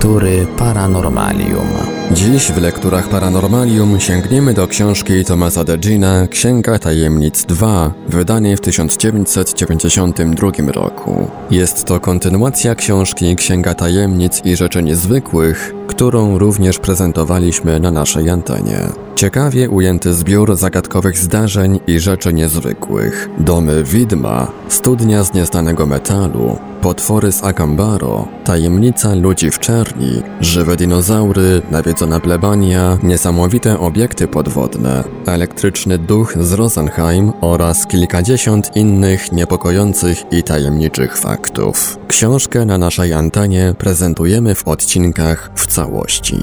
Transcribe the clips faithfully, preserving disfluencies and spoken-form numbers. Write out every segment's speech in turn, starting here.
Lektury Paranormalium. Dziś w Lekturach Paranormalium sięgniemy do książki Thomasa Degina Księga Tajemnic dwa, wydanej w tysiąc dziewięćset dziewięćdziesiątym drugim roku. Jest to kontynuacja książki Księga Tajemnic i Rzeczy Niezwykłych, którą również prezentowaliśmy na naszej antenie. Ciekawie ujęty zbiór zagadkowych zdarzeń i rzeczy niezwykłych. Domy widma, studnia z nieznanego metalu, potwory z Akambaro, tajemnica ludzi w czerni, żywe dinozaury, nawiedzona plebania, niesamowite obiekty podwodne, elektryczny duch z Rosenheim oraz kilkadziesiąt innych niepokojących i tajemniczych faktów. Książkę na naszej antenie prezentujemy w odcinkach w całości.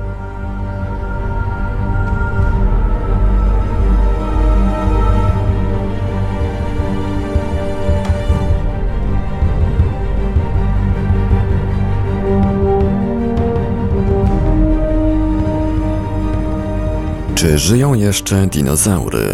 Czy żyją jeszcze dinozaury?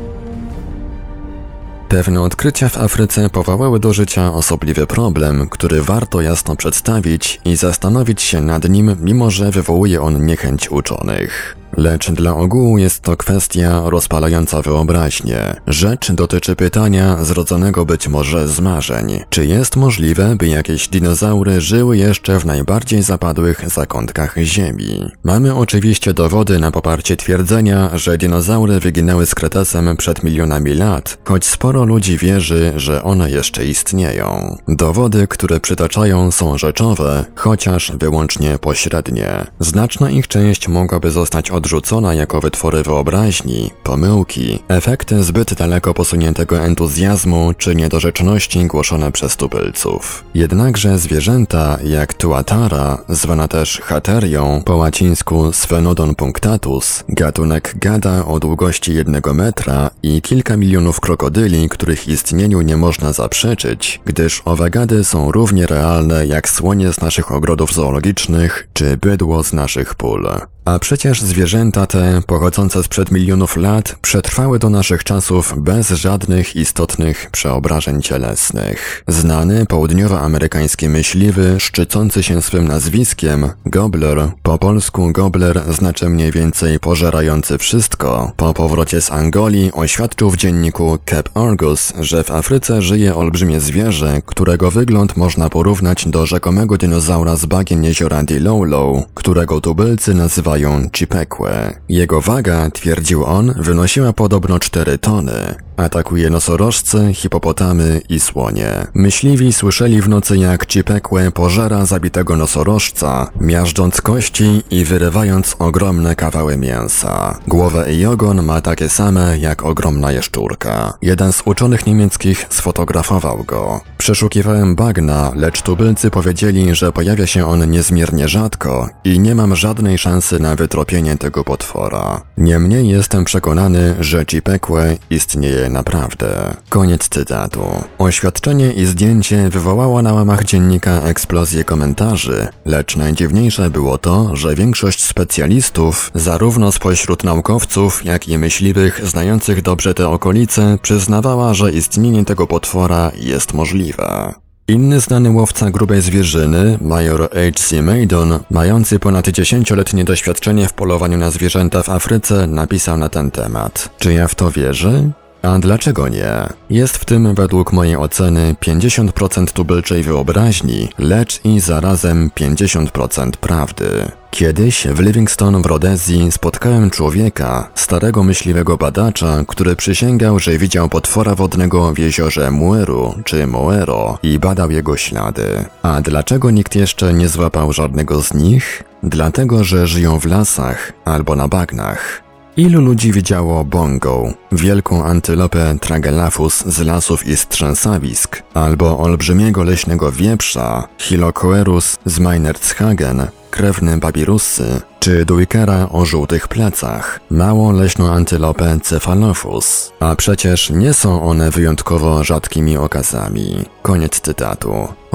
Pewne odkrycia w Afryce powołały do życia osobliwy problem, który warto jasno przedstawić i zastanowić się nad nim, mimo że wywołuje on niechęć uczonych. Lecz dla ogółu jest to kwestia rozpalająca wyobraźnię. Rzecz dotyczy pytania zrodzonego być może z marzeń. Czy jest możliwe, by jakieś dinozaury żyły jeszcze w najbardziej zapadłych zakątkach Ziemi? Mamy oczywiście dowody na poparcie twierdzenia, że dinozaury wyginęły z Kretesem przed milionami lat, choć sporo ludzi wierzy, że one jeszcze istnieją. Dowody, które przytaczają, są rzeczowe, chociaż wyłącznie pośrednie. Znaczna ich część mogłaby zostać odrzucona jako wytwory wyobraźni, pomyłki, efekty zbyt daleko posuniętego entuzjazmu czy niedorzeczności głoszone przez tubylców. Jednakże zwierzęta jak tuatara, zwana też chaterią, po łacińsku Sphenodon punctatus, gatunek gada o długości jednego metra i kilka milionów krokodyli, których istnieniu nie można zaprzeczyć, gdyż owe gady są równie realne jak słonie z naszych ogrodów zoologicznych czy bydło z naszych pól. A przecież zwierzęta te, pochodzące sprzed milionów lat, przetrwały do naszych czasów bez żadnych istotnych przeobrażeń cielesnych. Znany południowoamerykański myśliwy, szczycący się swym nazwiskiem, Gobbler, po polsku Gobbler znaczy mniej więcej pożerający wszystko, po powrocie z Angolii oświadczył w dzienniku Cape Argus, że w Afryce żyje olbrzymie zwierzę, którego wygląd można porównać do rzekomego dinozaura z bagien jeziora Dilolo, którego tubylcy nazywają Chipekwe. Jego waga, twierdził on, wynosiła podobno cztery tony. Atakuje nosorożce, hipopotamy i słonie. Myśliwi słyszeli w nocy, jak Chipekwe pożera zabitego nosorożca, miażdżąc kości i wyrywając ogromne kawały mięsa. Głowę i ogon ma takie same jak ogromna jaszczurka. Jeden z uczonych niemieckich sfotografował go. Przeszukiwałem bagna, lecz tubylcy powiedzieli, że pojawia się on niezmiernie rzadko i nie mam żadnej szansy na wytropienie tego potwora. Niemniej jestem przekonany, że Chipekwe istnieje naprawdę. Koniec cytatu. Oświadczenie i zdjęcie wywołało na łamach dziennika eksplozję komentarzy, lecz najdziwniejsze było to, że większość specjalistów, zarówno spośród naukowców, jak i myśliwych znających dobrze te okolice, przyznawała, że istnienie tego potwora jest możliwe. Inny znany łowca grubej zwierzyny, major H C Maydon, mający ponad dziesięcioletnie doświadczenie w polowaniu na zwierzęta w Afryce, napisał na ten temat. Czy ja w to wierzę? A dlaczego nie? Jest w tym według mojej oceny pięćdziesiąt procent tubylczej wyobraźni, lecz i zarazem pięćdziesiąt procent prawdy. Kiedyś w Livingstone w Rodezji spotkałem człowieka, starego myśliwego badacza, który przysięgał, że widział potwora wodnego w jeziorze Mweru czy Moero i badał jego ślady. A dlaczego nikt jeszcze nie złapał żadnego z nich? Dlatego, że żyją w lasach albo na bagnach. Ilu ludzi widziało bongo, wielką antylopę Tragelaphus z lasów i strzęsawisk, albo olbrzymiego leśnego wieprza, Hylocoerus z Meinerzhagen, krewny babirusy, czy duikera o żółtych plecach, małą leśną antylopę Cephalophus, a przecież nie są one wyjątkowo rzadkimi okazami. Koniec cytatu.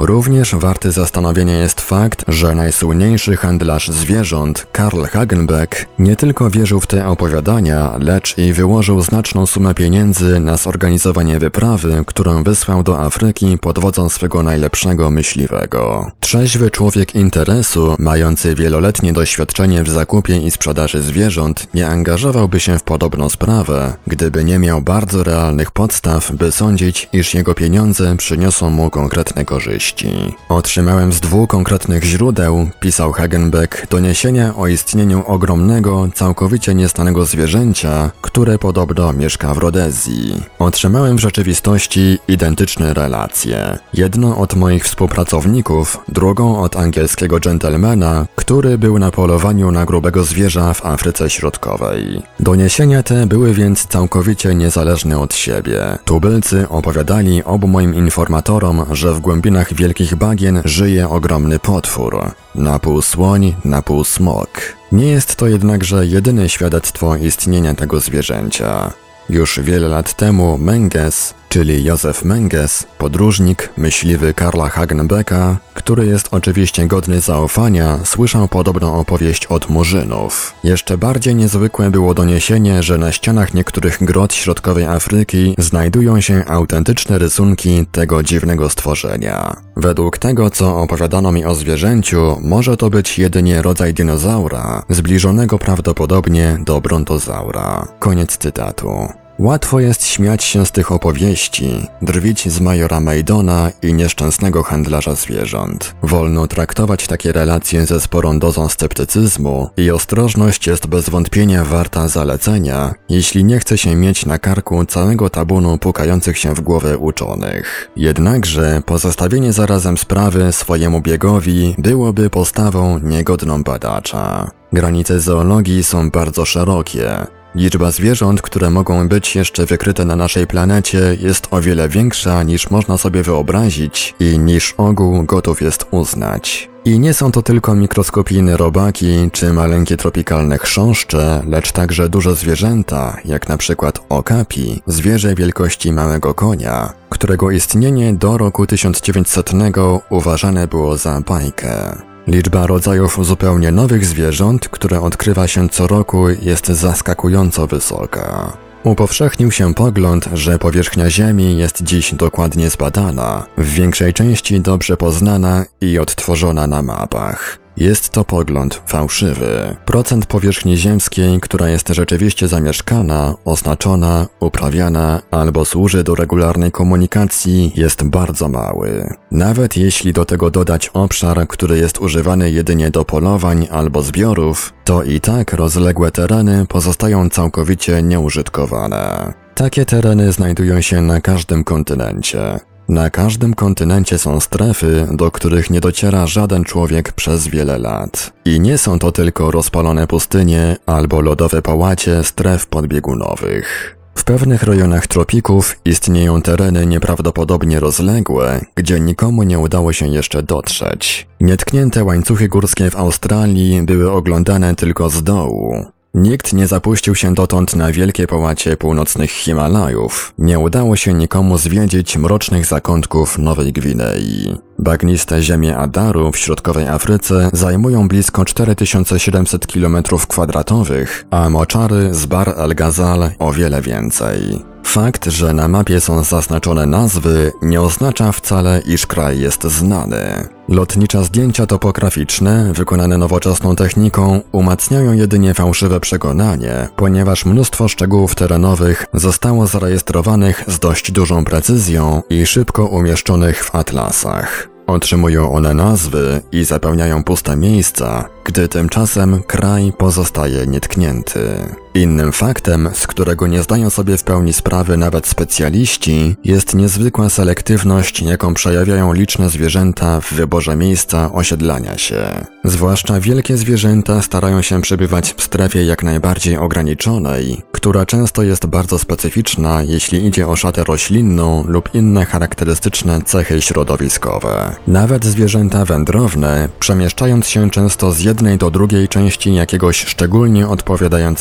Również warty zastanowienia jest fakt, że najsłynniejszy handlarz zwierząt, Karl Hagenbeck, nie tylko wierzył w te opowiadania, lecz i wyłożył znaczną sumę pieniędzy na zorganizowanie wyprawy, którą wysłał do Afryki pod wodzą swego najlepszego myśliwego. Trzeźwy człowiek interesu, mający wieloletnie doświadczenie w zakupie i sprzedaży zwierząt, nie angażowałby się w podobną sprawę, gdyby nie miał bardzo realnych podstaw, by sądzić, iż jego pieniądze przyniosą mu konkretne korzyści. Otrzymałem z dwóch konkretnych źródeł, pisał Hagenbeck, doniesienia o istnieniu ogromnego, całkowicie nieznanego zwierzęcia, które podobno mieszka w Rodezji. Otrzymałem w rzeczywistości identyczne relacje. Jedno od moich współpracowników, drugą od angielskiego dżentelmena, który był na polowaniu na grubego zwierza w Afryce Środkowej. Doniesienia te były więc całkowicie niezależne od siebie. Tubylcy opowiadali obu moim informatorom, że w głębinach wielkich bagien żyje ogromny potwór. Na pół słoń, na pół smok. Nie jest to jednakże jedyne świadectwo istnienia tego zwierzęcia. Już wiele lat temu Menges, czyli Józef Menges, podróżnik, myśliwy Karla Hagenbecka, który jest oczywiście godny zaufania, słyszał podobną opowieść od Murzynów. Jeszcze bardziej niezwykłe było doniesienie, że na ścianach niektórych grot środkowej Afryki znajdują się autentyczne rysunki tego dziwnego stworzenia. Według tego, co opowiadano mi o zwierzęciu, może to być jedynie rodzaj dinozaura, zbliżonego prawdopodobnie do brontozaura. Koniec cytatu. Łatwo jest śmiać się z tych opowieści, drwić z majora Maidona i nieszczęsnego handlarza zwierząt. Wolno traktować takie relacje ze sporą dozą sceptycyzmu i ostrożność jest bez wątpienia warta zalecenia, jeśli nie chce się mieć na karku całego tabunu pukających się w głowę uczonych. Jednakże pozostawienie zarazem sprawy swojemu biegowi byłoby postawą niegodną badacza. Granice zoologii są bardzo szerokie. Liczba zwierząt, które mogą być jeszcze wykryte na naszej planecie, jest o wiele większa niż można sobie wyobrazić i niż ogół gotów jest uznać. I nie są to tylko mikroskopijne robaki czy maleńkie tropikalne chrząszcze, lecz także duże zwierzęta, jak na przykład okapi, zwierzę wielkości małego konia, którego istnienie do roku tysiąc dziewięćsetnego uważane było za bajkę. Liczba rodzajów zupełnie nowych zwierząt, które odkrywa się co roku, jest zaskakująco wysoka. Upowszechnił się pogląd, że powierzchnia Ziemi jest dziś dokładnie zbadana, w większej części dobrze poznana i odtworzona na mapach. Jest to pogląd fałszywy. Procent powierzchni ziemskiej, która jest rzeczywiście zamieszkana, oznaczona, uprawiana albo służy do regularnej komunikacji, jest bardzo mały. Nawet jeśli do tego dodać obszar, który jest używany jedynie do polowań albo zbiorów, to i tak rozległe tereny pozostają całkowicie nieużytkowane. Takie tereny znajdują się na każdym kontynencie. Na każdym kontynencie są strefy, do których nie dociera żaden człowiek przez wiele lat. I nie są to tylko rozpalone pustynie albo lodowe połacie stref podbiegunowych. W pewnych rejonach tropików istnieją tereny nieprawdopodobnie rozległe, gdzie nikomu nie udało się jeszcze dotrzeć. Nietknięte łańcuchy górskie w Australii były oglądane tylko z dołu. Nikt nie zapuścił się dotąd na wielkie połacie północnych Himalajów. Nie udało się nikomu zwiedzić mrocznych zakątków Nowej Gwinei. Bagniste ziemie Adaru w środkowej Afryce zajmują blisko cztery tysiące siedemset kilometrów kwadratowych, a moczary z Bahr el Ghazal o wiele więcej. Fakt, że na mapie są zaznaczone nazwy, nie oznacza wcale, iż kraj jest znany. Lotnicze zdjęcia topograficzne, wykonane nowoczesną techniką, umacniają jedynie fałszywe przekonanie, ponieważ mnóstwo szczegółów terenowych zostało zarejestrowanych z dość dużą precyzją i szybko umieszczonych w atlasach. Otrzymują one nazwy i zapełniają puste miejsca, gdy tymczasem kraj pozostaje nietknięty. Innym faktem, z którego nie zdają sobie w pełni sprawy nawet specjaliści, jest niezwykła selektywność, jaką przejawiają liczne zwierzęta w wyborze miejsca osiedlania się. Zwłaszcza wielkie zwierzęta starają się przebywać w strefie jak najbardziej ograniczonej, która często jest bardzo specyficzna, jeśli idzie o szatę roślinną lub inne charakterystyczne cechy środowiskowe. Nawet zwierzęta wędrowne, przemieszczając się często z jednej do drugiej części jakiegoś szczególnie odpowiadającego mu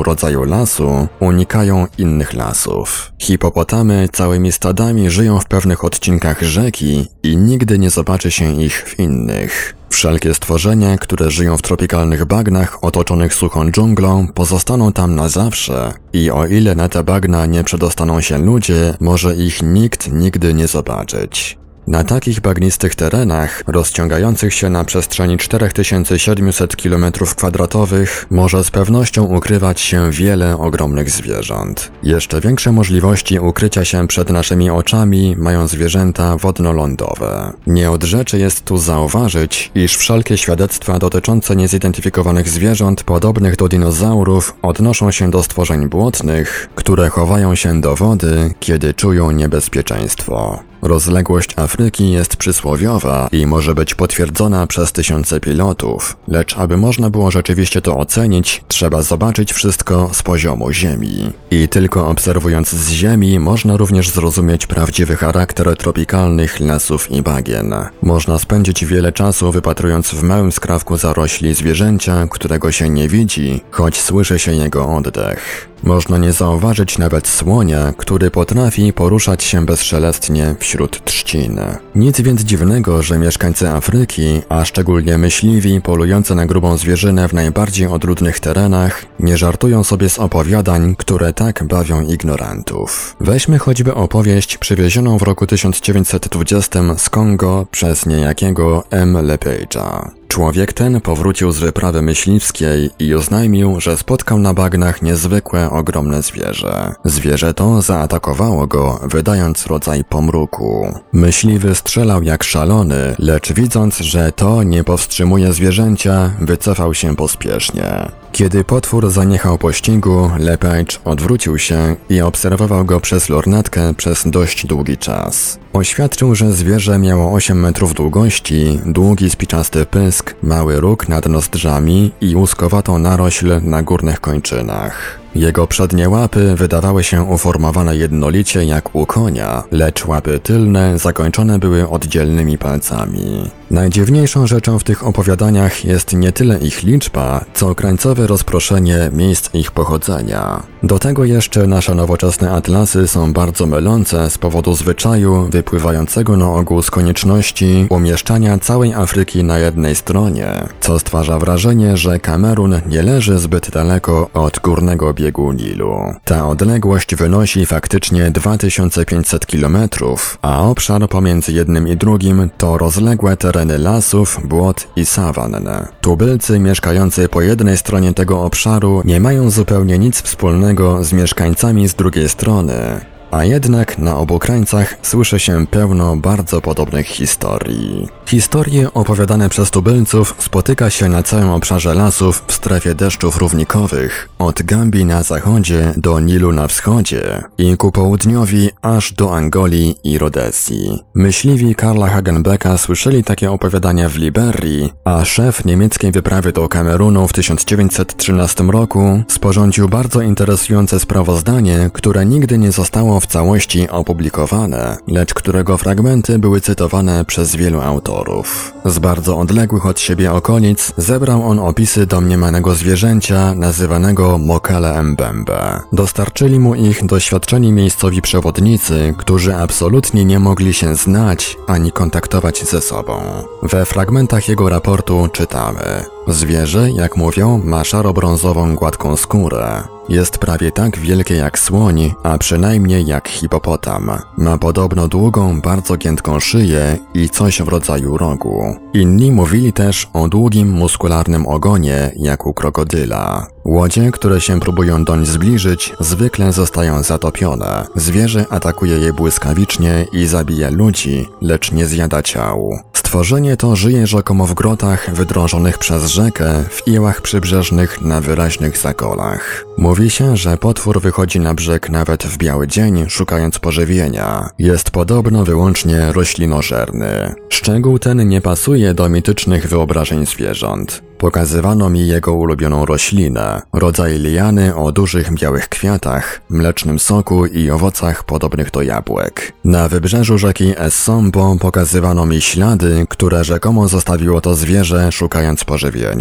danego rodzaju lasu, unikają innych lasów. Hipopotamy całymi stadami żyją w pewnych odcinkach rzeki i nigdy nie zobaczy się ich w innych. Wszelkie stworzenia, które żyją w tropikalnych bagnach otoczonych suchą dżunglą, pozostaną tam na zawsze i o ile na te bagna nie przedostaną się ludzie, może ich nikt nigdy nie zobaczyć. Na takich bagnistych terenach, rozciągających się na przestrzeni cztery tysiące siedemset kilometrów kwadratowych, może z pewnością ukrywać się wiele ogromnych zwierząt. Jeszcze większe możliwości ukrycia się przed naszymi oczami mają zwierzęta wodno-lądowe. Nie od rzeczy jest tu zauważyć, iż wszelkie świadectwa dotyczące niezidentyfikowanych zwierząt podobnych do dinozaurów odnoszą się do stworzeń błotnych, które chowają się do wody, kiedy czują niebezpieczeństwo. Rozległość Afryki jest przysłowiowa i może być potwierdzona przez tysiące pilotów, lecz aby można było rzeczywiście to ocenić, trzeba zobaczyć wszystko z poziomu Ziemi. I tylko obserwując z Ziemi można również zrozumieć prawdziwy charakter tropikalnych lasów i bagien. Można spędzić wiele czasu wypatrując w małym skrawku zarośli zwierzęcia, którego się nie widzi, choć słyszy się jego oddech. Można nie zauważyć nawet słonia, który potrafi poruszać się bezszelestnie wśród trzcin. Nic więc dziwnego, że mieszkańcy Afryki, a szczególnie myśliwi polujący na grubą zwierzynę w najbardziej odludnych terenach, nie żartują sobie z opowiadań, które tak bawią ignorantów. Weźmy choćby opowieść przywiezioną w roku tysiąc dziewięćset dwudziestym z Kongo przez niejakiego M. Lepage'a. Człowiek ten powrócił z wyprawy myśliwskiej i oznajmił, że spotkał na bagnach niezwykłe, ogromne zwierzę. Zwierzę to zaatakowało go, wydając rodzaj pomruku. Myśliwy strzelał jak szalony, lecz widząc, że to nie powstrzymuje zwierzęcia, wycofał się pospiesznie. Kiedy potwór zaniechał pościgu, Lepage odwrócił się i obserwował go przez lornetkę przez dość długi czas. Oświadczył, że zwierzę miało osiem metrów długości, długi spiczasty pysk, mały róg nad nozdrzami i łuskowatą narośl na górnych kończynach. Jego przednie łapy wydawały się uformowane jednolicie jak u konia, lecz łapy tylne zakończone były oddzielnymi palcami. Najdziwniejszą rzeczą w tych opowiadaniach jest nie tyle ich liczba, co krańcowe rozproszenie miejsc ich pochodzenia. Do tego jeszcze nasze nowoczesne atlasy są bardzo mylące z powodu zwyczaju wypływającego na ogół z konieczności umieszczania całej Afryki na jednej stronie, co stwarza wrażenie, że Kamerun nie leży zbyt daleko od górnego biegu Nilu. Ta odległość wynosi faktycznie dwa tysiące pięćset kilometrów, a obszar pomiędzy jednym i drugim to rozległe tereny lasów, błot i sawann. Tubylcy mieszkający po jednej stronie tego obszaru nie mają zupełnie nic wspólnego z mieszkańcami z drugiej strony. A jednak na obu krańcach słyszy się pełno bardzo podobnych historii. Historie opowiadane przez tubylców spotyka się na całym obszarze lasów w strefie deszczów równikowych, od Gambii na zachodzie do Nilu na wschodzie i ku południowi aż do Angolii i Rodezji. Myśliwi Karla Hagenbecka słyszeli takie opowiadania w Liberii, a szef niemieckiej wyprawy do Kamerunu w tysiąc dziewięćset trzynastym roku sporządził bardzo interesujące sprawozdanie, które nigdy nie zostało w całości opublikowane, lecz którego fragmenty były cytowane przez wielu autorów. Z bardzo odległych od siebie okolic zebrał on opisy domniemanego zwierzęcia nazywanego Mokele Mbembe. Dostarczyli mu ich doświadczeni miejscowi przewodnicy, którzy absolutnie nie mogli się znać ani kontaktować ze sobą. We fragmentach jego raportu czytamy: zwierzę, jak mówią, ma szaro-brązową gładką skórę. Jest prawie tak wielkie jak słoń, a przynajmniej jak hipopotam. Ma podobno długą, bardzo giętką szyję i coś w rodzaju rogu. Inni mówili też o długim, muskularnym ogonie, jak u krokodyla. Łodzie, które się próbują doń zbliżyć, zwykle zostają zatopione. Zwierzę atakuje je błyskawicznie i zabija ludzi, lecz nie zjada ciał. Stworzenie to żyje rzekomo w grotach wydrążonych przez rzekę, w iłach przybrzeżnych na wyraźnych zakolach. Mówi się, że potwór wychodzi na brzeg nawet w biały dzień, szukając pożywienia. Jest podobno wyłącznie roślinożerny. Szczegół ten nie pasuje do mitycznych wyobrażeń zwierząt. Pokazywano mi jego ulubioną roślinę, rodzaj liany o dużych białych kwiatach, mlecznym soku i owocach podobnych do jabłek. Na wybrzeżu rzeki Essombo pokazywano mi ślady, które rzekomo zostawiło to zwierzę szukając pożywienia.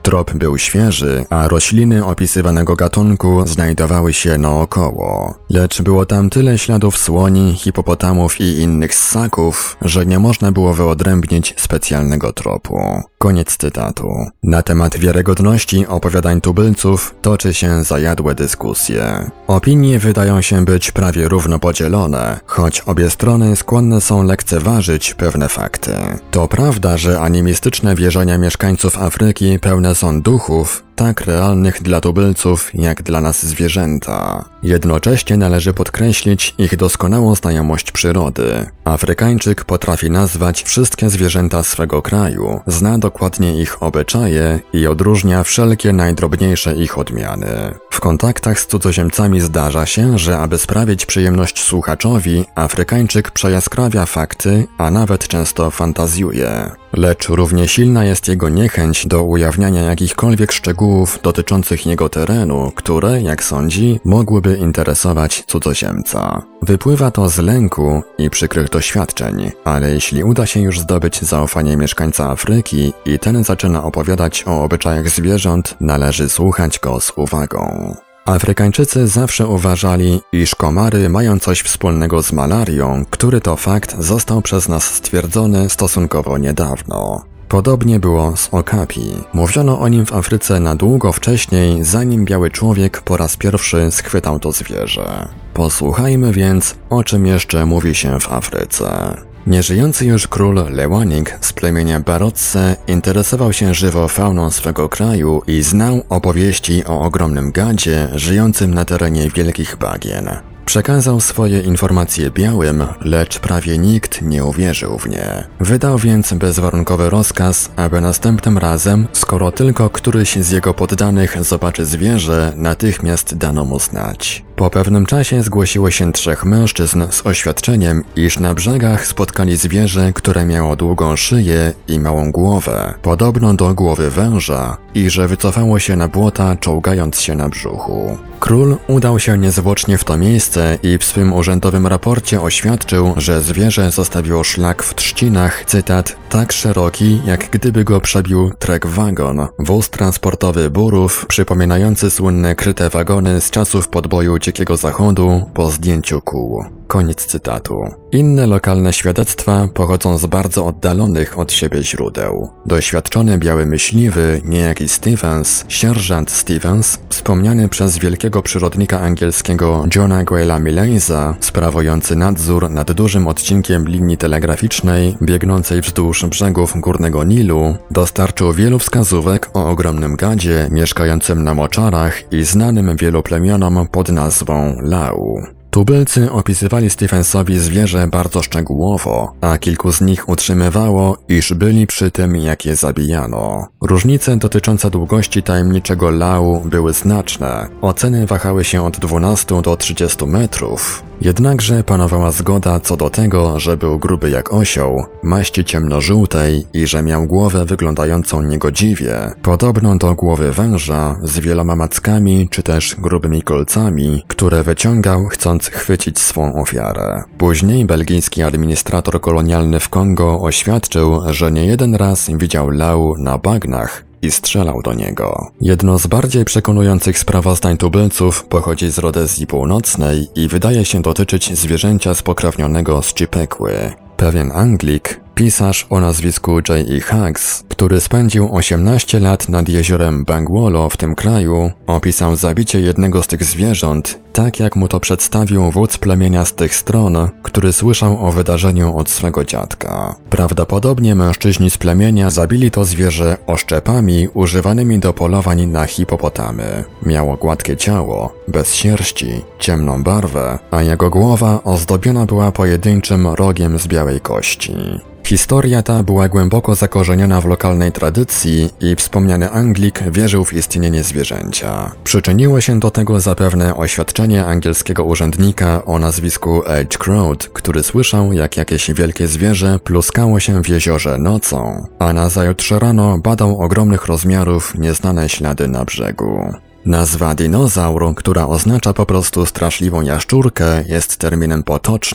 Trop był świeży, a rośliny opisywanego gatunku znajdowały się naokoło. Lecz było tam tyle śladów słoni, hipopotamów i innych ssaków, że nie można było wyodrębnić specjalnego tropu. Koniec cytatu. Na temat wiarygodności opowiadań tubylców toczy się zajadłe dyskusje. Opinie wydają się być prawie równo podzielone, choć obie strony skłonne są lekceważyć pewne fakty. To prawda, że animistyczne wierzenia mieszkańców Afryki pełne są duchów, tak realnych dla tubylców jak dla nas zwierzęta. Jednocześnie należy podkreślić ich doskonałą znajomość przyrody. Afrykańczyk potrafi nazwać wszystkie zwierzęta swego kraju, zna dokładnie ich obyczaje i odróżnia wszelkie najdrobniejsze ich odmiany. W kontaktach z cudzoziemcami zdarza się, że aby sprawić przyjemność słuchaczowi, Afrykańczyk przejaskrawia fakty, a nawet często fantazjuje. Lecz równie silna jest jego niechęć do ujawniania jakichkolwiek szczegółów dotyczących jego terenu, które, jak sądzi, mogłyby interesować cudzoziemca. Wypływa to z lęku i przykrych doświadczeń, ale jeśli uda się już zdobyć zaufanie mieszkańca Afryki i ten zaczyna opowiadać o obyczajach zwierząt, należy słuchać go z uwagą. Afrykańczycy zawsze uważali, iż komary mają coś wspólnego z malarią, który to fakt został przez nas stwierdzony stosunkowo niedawno. Podobnie było z okapi. Mówiono o nim w Afryce na długo wcześniej, zanim biały człowiek po raz pierwszy schwytał to zwierzę. Posłuchajmy więc, o czym jeszcze mówi się w Afryce. Nieżyjący już król Lewanik z plemienia Barotse interesował się żywo fauną swego kraju i znał opowieści o ogromnym gadzie żyjącym na terenie wielkich bagien. Przekazał swoje informacje białym, lecz prawie nikt nie uwierzył w nie. Wydał więc bezwarunkowy rozkaz, aby następnym razem, skoro tylko któryś z jego poddanych zobaczy zwierzę, natychmiast dano mu znać. Po pewnym czasie zgłosiło się trzech mężczyzn z oświadczeniem, iż na brzegach spotkali zwierzę, które miało długą szyję i małą głowę, podobną do głowy węża, i że wycofało się na błota, czołgając się na brzuchu. Król udał się niezwłocznie w to miejsce i w swym urzędowym raporcie oświadczył, że zwierzę zostawiło szlak w trzcinach, cytat, tak szeroki, jak gdyby go przebił trek wagon, wóz transportowy burów, przypominający słynne kryte wagony z czasów podboju Dzikiego Zachodu po zdjęciu kół. Koniec cytatu. Inne lokalne świadectwa pochodzą z bardzo oddalonych od siebie źródeł. Doświadczony biały myśliwy, niejaki Stevens, sierżant Stevens, wspomniany przez wielkiego przyrodnika angielskiego Johna Gwela Milleysa, sprawujący nadzór nad dużym odcinkiem linii telegraficznej biegnącej wzdłuż brzegów Górnego Nilu, dostarczył wielu wskazówek o ogromnym gadzie mieszkającym na moczarach i znanym wielu plemionom pod nazwą Lau. Tubylcy opisywali Stevensowi zwierzę bardzo szczegółowo, a kilku z nich utrzymywało, iż byli przy tym, jak je zabijano. Różnice dotyczące długości tajemniczego Lau były znaczne. Oceny wahały się od dwunastu do trzydziestu metrów. Jednakże panowała zgoda co do tego, że był gruby jak osioł, maści ciemnożółtej i że miał głowę wyglądającą niegodziwie, podobną do głowy węża z wieloma mackami czy też grubymi kolcami, które wyciągał, chcąc chwycić swą ofiarę. Później belgijski administrator kolonialny w Kongo oświadczył, że nie jeden raz widział Lau na bagnach i strzelał do niego. Jedno z bardziej przekonujących sprawozdań tubylców pochodzi z Rodezji Północnej i wydaje się dotyczyć zwierzęcia spokrewnionego z Chipekły. Pewien Anglik, pisarz o nazwisku J E Hughes, który spędził osiemnaście lat nad jeziorem Bangwolo w tym kraju, opisał zabicie jednego z tych zwierząt, tak jak mu to przedstawił wódz plemienia z tych stron, który słyszał o wydarzeniu od swego dziadka. Prawdopodobnie mężczyźni z plemienia zabili to zwierzę oszczepami używanymi do polowań na hipopotamy. Miało gładkie ciało, bez sierści, ciemną barwę, a jego głowa ozdobiona była pojedynczym rogiem z białej kości. Historia ta była głęboko zakorzeniona w lokalnej tradycji i wspomniany Anglik wierzył w istnienie zwierzęcia. Przyczyniło się do tego zapewne oświadczenie angielskiego urzędnika o nazwisku H. Crowd, który słyszał, jak jakieś wielkie zwierzę pluskało się w jeziorze nocą, a nazajutrz rano badał ogromnych rozmiarów nieznane ślady na brzegu. Nazwa dinozaur, która oznacza po prostu straszliwą jaszczurkę, jest terminem potocznym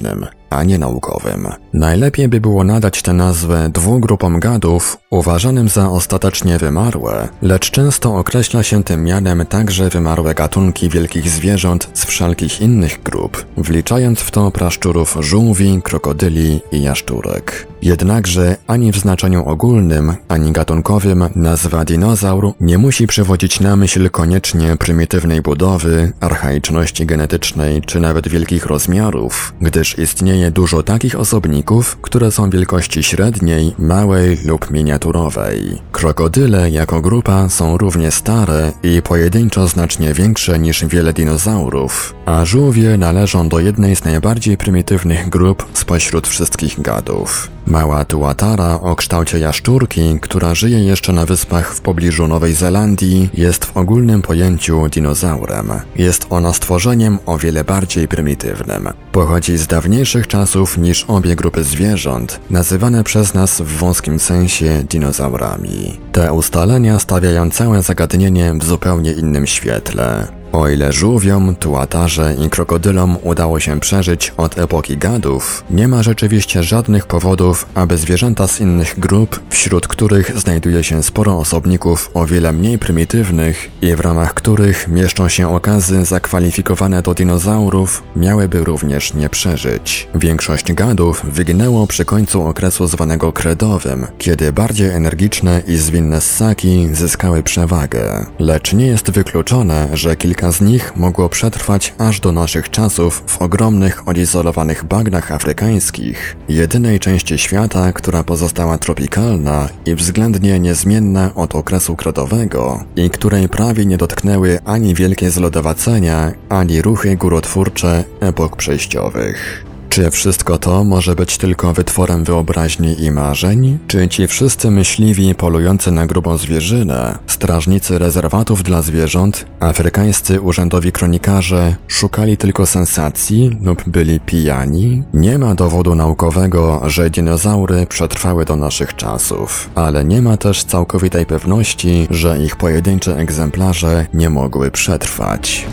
a nie naukowym. Najlepiej by było nadać tę nazwę dwóm grupom gadów uważanym za ostatecznie wymarłe, lecz często określa się tym mianem także wymarłe gatunki wielkich zwierząt z wszelkich innych grup, wliczając w to praszczurów żółwi, krokodyli i jaszczurek. Jednakże ani w znaczeniu ogólnym, ani gatunkowym nazwa dinozaur nie musi przywodzić na myśl koniecznie prymitywnej budowy, archaiczności genetycznej czy nawet wielkich rozmiarów, gdyż istnieje dużo takich osobników, które są wielkości średniej, małej lub miniaturowej. Krokodyle jako grupa są równie stare i pojedynczo znacznie większe niż wiele dinozaurów, a żółwie należą do jednej z najbardziej prymitywnych grup spośród wszystkich gadów. Mała tuatara o kształcie jaszczurki, która żyje jeszcze na wyspach w pobliżu Nowej Zelandii, jest w ogólnym pojęciu dinozaurem. Jest ona stworzeniem o wiele bardziej prymitywnym. Pochodzi z dawniejszych czasów niż obie grupy zwierząt, nazywane przez nas w wąskim sensie dinozaurami. Te ustalenia stawiają całe zagadnienie w zupełnie innym świetle. O ile żółwiom, tuatarze i krokodylom udało się przeżyć od epoki gadów, nie ma rzeczywiście żadnych powodów, aby zwierzęta z innych grup, wśród których znajduje się sporo osobników o wiele mniej prymitywnych i w ramach których mieszczą się okazy zakwalifikowane do dinozaurów, miałyby również nie przeżyć. Większość gadów wyginęło przy końcu okresu zwanego kredowym, kiedy bardziej energiczne i zwinne ssaki zyskały przewagę. Lecz nie jest wykluczone, że kilka Kilka z nich mogło przetrwać aż do naszych czasów w ogromnych, odizolowanych bagnach afrykańskich, jedynej części świata, która pozostała tropikalna i względnie niezmienna od okresu kredowego i której prawie nie dotknęły ani wielkie zlodowacenia, ani ruchy górotwórcze epok przejściowych. Czy wszystko to może być tylko wytworem wyobraźni i marzeń? Czy ci wszyscy myśliwi polujący na grubą zwierzynę, strażnicy rezerwatów dla zwierząt, afrykańscy urzędowi kronikarze szukali tylko sensacji lub byli pijani? Nie ma dowodu naukowego, że dinozaury przetrwały do naszych czasów, ale nie ma też całkowitej pewności, że ich pojedyncze egzemplarze nie mogły przetrwać.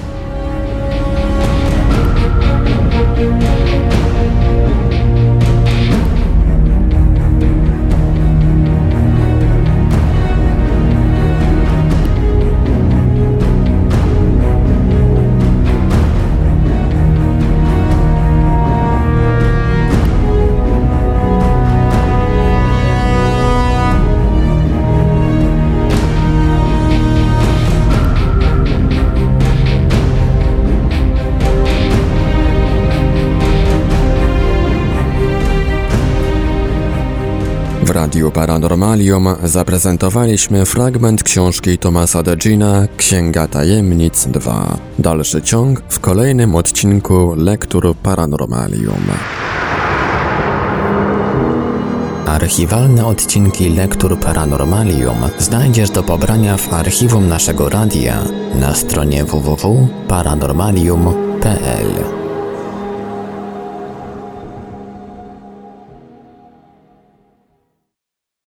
W Radiu Paranormalium zaprezentowaliśmy fragment książki Thomasa Degina Księga Tajemnic dwa. Dalszy ciąg w kolejnym odcinku Lektur Paranormalium. Archiwalne odcinki Lektur Paranormalium znajdziesz do pobrania w archiwum naszego radia na stronie w w w kropka paranormalium kropka p l.